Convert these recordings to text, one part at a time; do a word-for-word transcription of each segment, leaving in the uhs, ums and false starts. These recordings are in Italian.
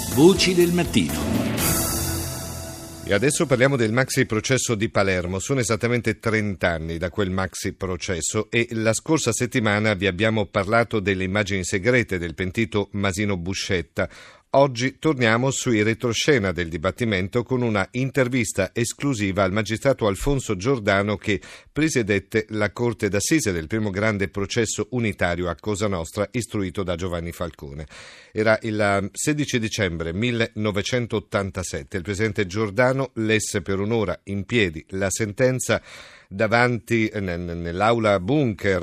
Voci del mattino. E adesso parliamo del maxi processo di Palermo. Sono esattamente trenta anni da quel maxi processo e la scorsa settimana vi abbiamo parlato delle immagini segrete del pentito Masino Buscetta. Oggi torniamo sui retroscena del dibattimento con una intervista esclusiva al magistrato Alfonso Giordano che presiedette la Corte d'Assise del primo grande processo unitario a Cosa Nostra istruito da Giovanni Falcone. Era il sedici dicembre millenovecentottantasette. Il presidente Giordano lesse per un'ora in piedi la sentenza davanti nell'aula bunker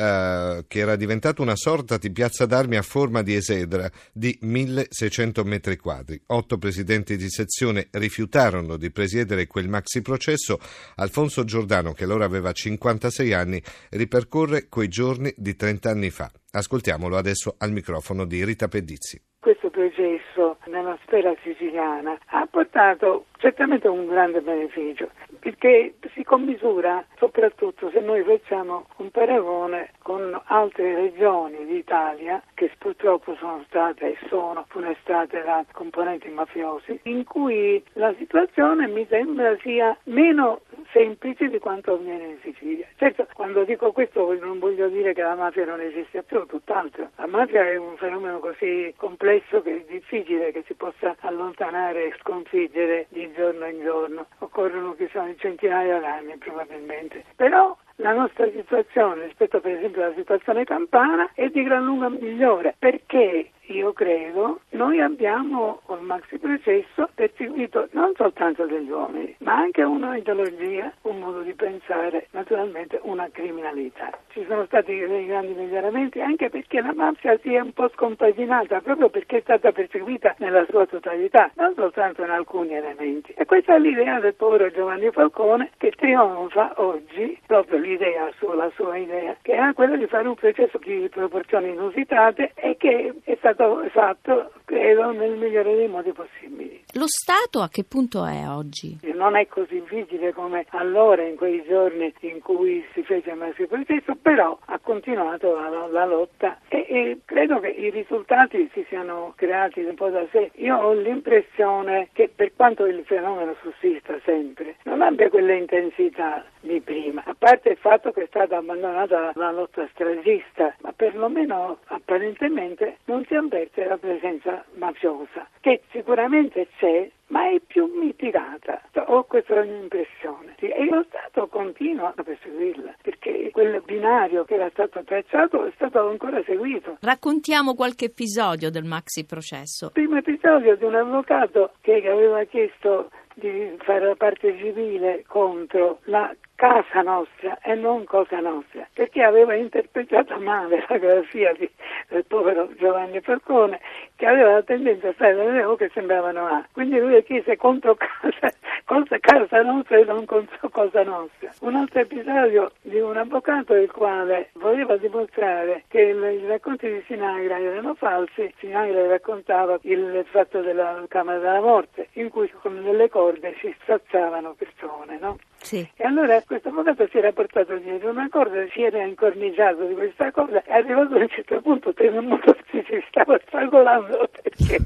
eh, che era diventata una sorta di piazza d'armi a forma di esedra di milleseicento metri quadri. Otto presidenti di sezione rifiutarono di presiedere quel maxi processo. Alfonso Giordano, che allora aveva cinquantasei anni, ripercorre quei giorni di trenta anni fa. Ascoltiamolo adesso al microfono di Rita Pedizzi. Questo processo nella sfera siciliana ha portato certamente un grande beneficio, perché si commisura soprattutto se noi facciamo un paragone con altre regioni d'Italia che purtroppo sono state e sono funestate da componenti mafiosi, in cui la situazione mi sembra sia meno semplice di quanto avviene in Sicilia. Certo, quando dico questo non voglio dire che la mafia non esiste più, tutt'altro. La mafia è un fenomeno così complesso che è difficile che si possa allontanare e sconfiggere di giorno in giorno. Occorrono che siano centinaia d'anni probabilmente. Però la nostra situazione rispetto per esempio alla situazione campana è di gran lunga migliore, perché io credo noi abbiamo col maxi processo perseguito non soltanto degli uomini, ma anche una ideologia, un modo di pensare, naturalmente una criminalità. Ci sono stati dei grandi miglioramenti anche perché la mafia si è un po' scompaginata proprio perché è stata perseguita nella sua totalità, non soltanto in alcuni elementi. E questa è l'idea del povero Giovanni Falcone che trionfa oggi, proprio l'idea sulla sua idea, che era quella di fare un processo di proporzioni inusitate e che è stato fatto, credo, nel migliore dei modi possibili. Lo Stato a che punto è oggi? Non è così vigile come allora, in quei giorni in cui si fece il maxi processo, però ha continuato la, la lotta e, e credo che i risultati si siano creati un po' da sé. Io ho l'impressione che, per quanto il fenomeno sussista sempre, non abbia quelle intensità di prima, a parte il fatto che è stata abbandonata la lotta stragista, ma perlomeno apparentemente non si avverte la presenza mafiosa, che sicuramente c'è, ma è più mitigata. Ho questa impressione. E lo Stato continua a perseguirla, perché quel binario che era stato tracciato è stato ancora seguito. Raccontiamo qualche episodio del maxi processo. Il primo episodio di un avvocato che aveva chiesto di fare la parte civile contro la Casa Nostra e non Cosa Nostra, perché aveva interpretato male la grafia di, del povero Giovanni Falcone, che aveva la tendenza a fare delle O che sembravano A. Quindi lui chiese contro Casa, cosa Casa Nostra e non contro Cosa Nostra. Un altro episodio di un avvocato il quale voleva dimostrare che i racconti di Sinagra erano falsi. Sinagra raccontava il fatto della Camera della Morte, in cui con delle corde si strazzavano persone, no? Sì. E allora questo avvocato si era portato dietro una corda, si era incorniciato di questa corda e arrivato a un certo punto temuto si stava strangolando perché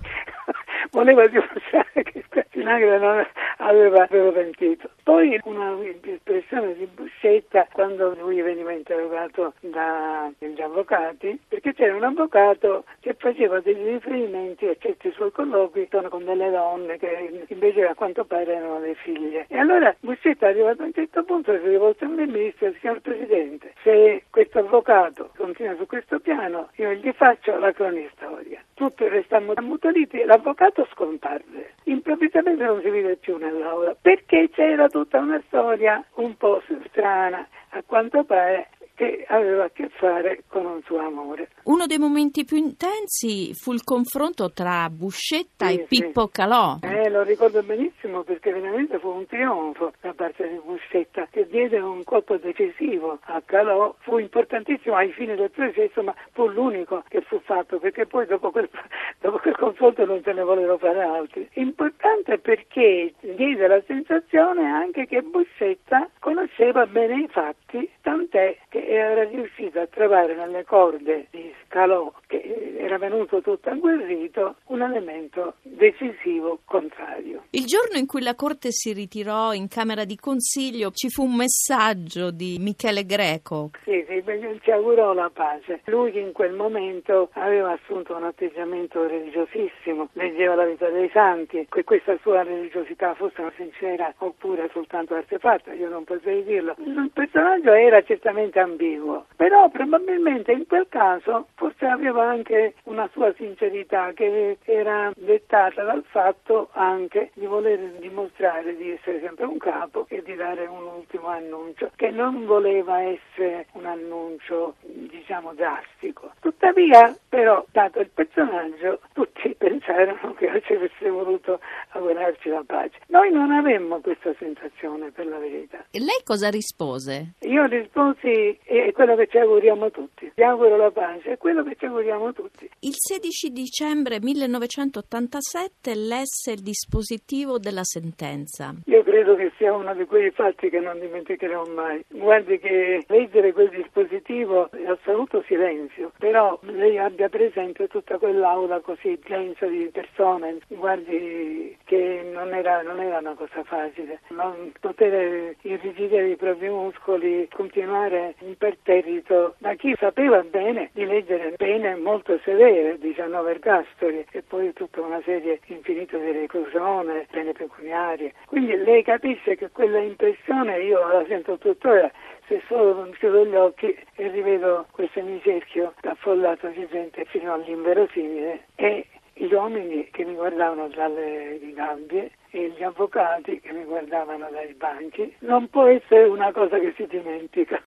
voleva dimostrare che Sinagra non aveva, aveva pentito. Poi una espressione di Buscetta quando lui veniva interrogato dagli avvocati, perché c'era un avvocato che faceva degli riferimenti a certi suoi colloqui con delle donne che invece a quanto pare erano le figlie. E allora Buscetta è arrivato a un certo punto e si è rivolto a me e mi disse: signor Presidente, se questo avvocato continua su questo piano io gli faccio la cronistoria. Tutti restiamo ammutoliti e l'avvocato scomparve. Improvvisamente non si vide più nell'aula perché c'era tutta una storia un po' strana, a quanto pare, che aveva a che fare con un suo amore. Uno dei momenti più intensi fu il confronto tra Buscetta sì, e Pippo sì. Calò. Eh, lo ricordo benissimo perché veramente fu un trionfo da parte di Buscetta che diede un colpo decisivo a Calò. Fu importantissimo ai fini del processo, ma fu l'unico che fu fatto perché poi dopo quel, dopo quel confronto non se ne volevano fare altri. Importante perché diede la sensazione anche che Buscetta conosceva bene i fatti, tant'è che era riuscito a trovare nelle corde di Scalò, che era venuto tutto agguerrito, un elemento decisivo contrario. Il giorno in cui la Corte si ritirò in Camera di Consiglio ci fu un messaggio di Michele Greco. Sì, sì, ci augurò la pace. Lui che in quel momento aveva assunto un atteggiamento religiosissimo, leggeva la vita dei santi, che questa sua religiosità fosse una sincera oppure soltanto artefatta, io non potrei dirlo. Il personaggio era certamente ambiguo, però probabilmente in quel caso forse aveva anche una sua sincerità che era dettata dal fatto anche di voler dimostrare di essere sempre un capo e di dare un ultimo annuncio, che non voleva essere un annuncio, diciamo, drastico. Tuttavia, però, dato il personaggio, tutti pensarono che ci avesse voluto augurarci la pace. Noi non avemmo questa sensazione, per la verità. E lei cosa rispose? Io risposi: è quello che ci auguriamo tutti. Ti auguro la pace, è quello che ci auguriamo tutti. Il sedici dicembre millenovecentottantasette lesse il dispositivo della sentenza. Io credo che sia uno di quei fatti che non dimenticherò mai. Guardi che leggere quel dispositivo è assoluto silenzio, però lei abbia presente tutta quell'aula così densa di persone, guardi che non era, non era una cosa facile. Non poter irrigidire i propri muscoli, continuare imperterrito da chi sapeva bene di leggere pene molto severe, diciannove ergastoli e poi tutta una serie infinita di reclusione, pene pecuniarie. Quindi lei capisce che quella impressione io la sento tuttora, se solo chiudo gli occhi e rivedo quel semicerchio affollato di gente fino all'inverosimile e gli uomini che mi guardavano dalle gabbie e gli avvocati che mi guardavano dai banchi. Non può essere una cosa che si dimentica.